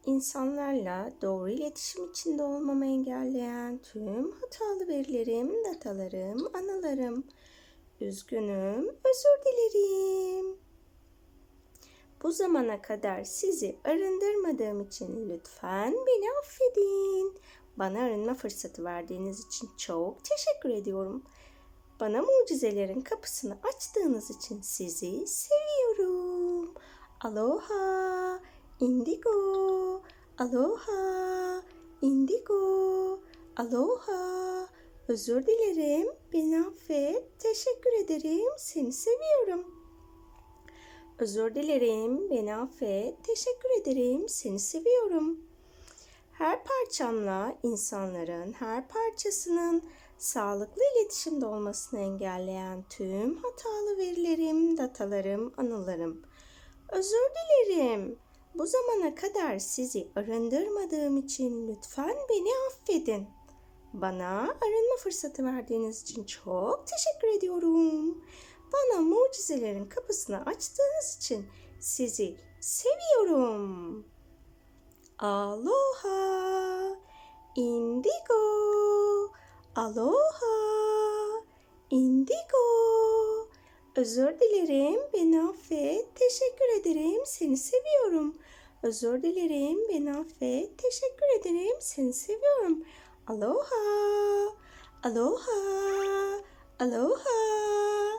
İnsanlarla doğru iletişim içinde olmamı engelleyen tüm hatalı verilerim, datalarım, anılarım. Üzgünüm, özür dilerim. Bu zamana kadar sizi arındırmadığım için lütfen beni affedin. Bana arınma fırsatı verdiğiniz için çok teşekkür ediyorum. Bana mucizelerin kapısını açtığınız için sizi seviyorum. Aloha, indigo. Aloha, indigo. Aloha. Özür dilerim, beni affet. Teşekkür ederim, seni seviyorum. Özür dilerim, beni affet. Teşekkür ederim, seni seviyorum. Her parçamla insanların her parçasının sağlıklı iletişimde olmasını engelleyen tüm hatalı verilerim, datalarım, anılarım. Özür dilerim. Bu zamana kadar sizi arındırmadığım için lütfen beni affedin. Bana arınma fırsatı verdiğiniz için çok teşekkür ediyorum. Bana mucizelerin kapısını açtığınız için sizi seviyorum. Aloha, indigo. Aloha, indigo. Özür dilerim, beni affet. Teşekkür ederim, seni seviyorum. Özür dilerim, beni affet. Teşekkür ederim, seni seviyorum. Aloha, aloha, aloha.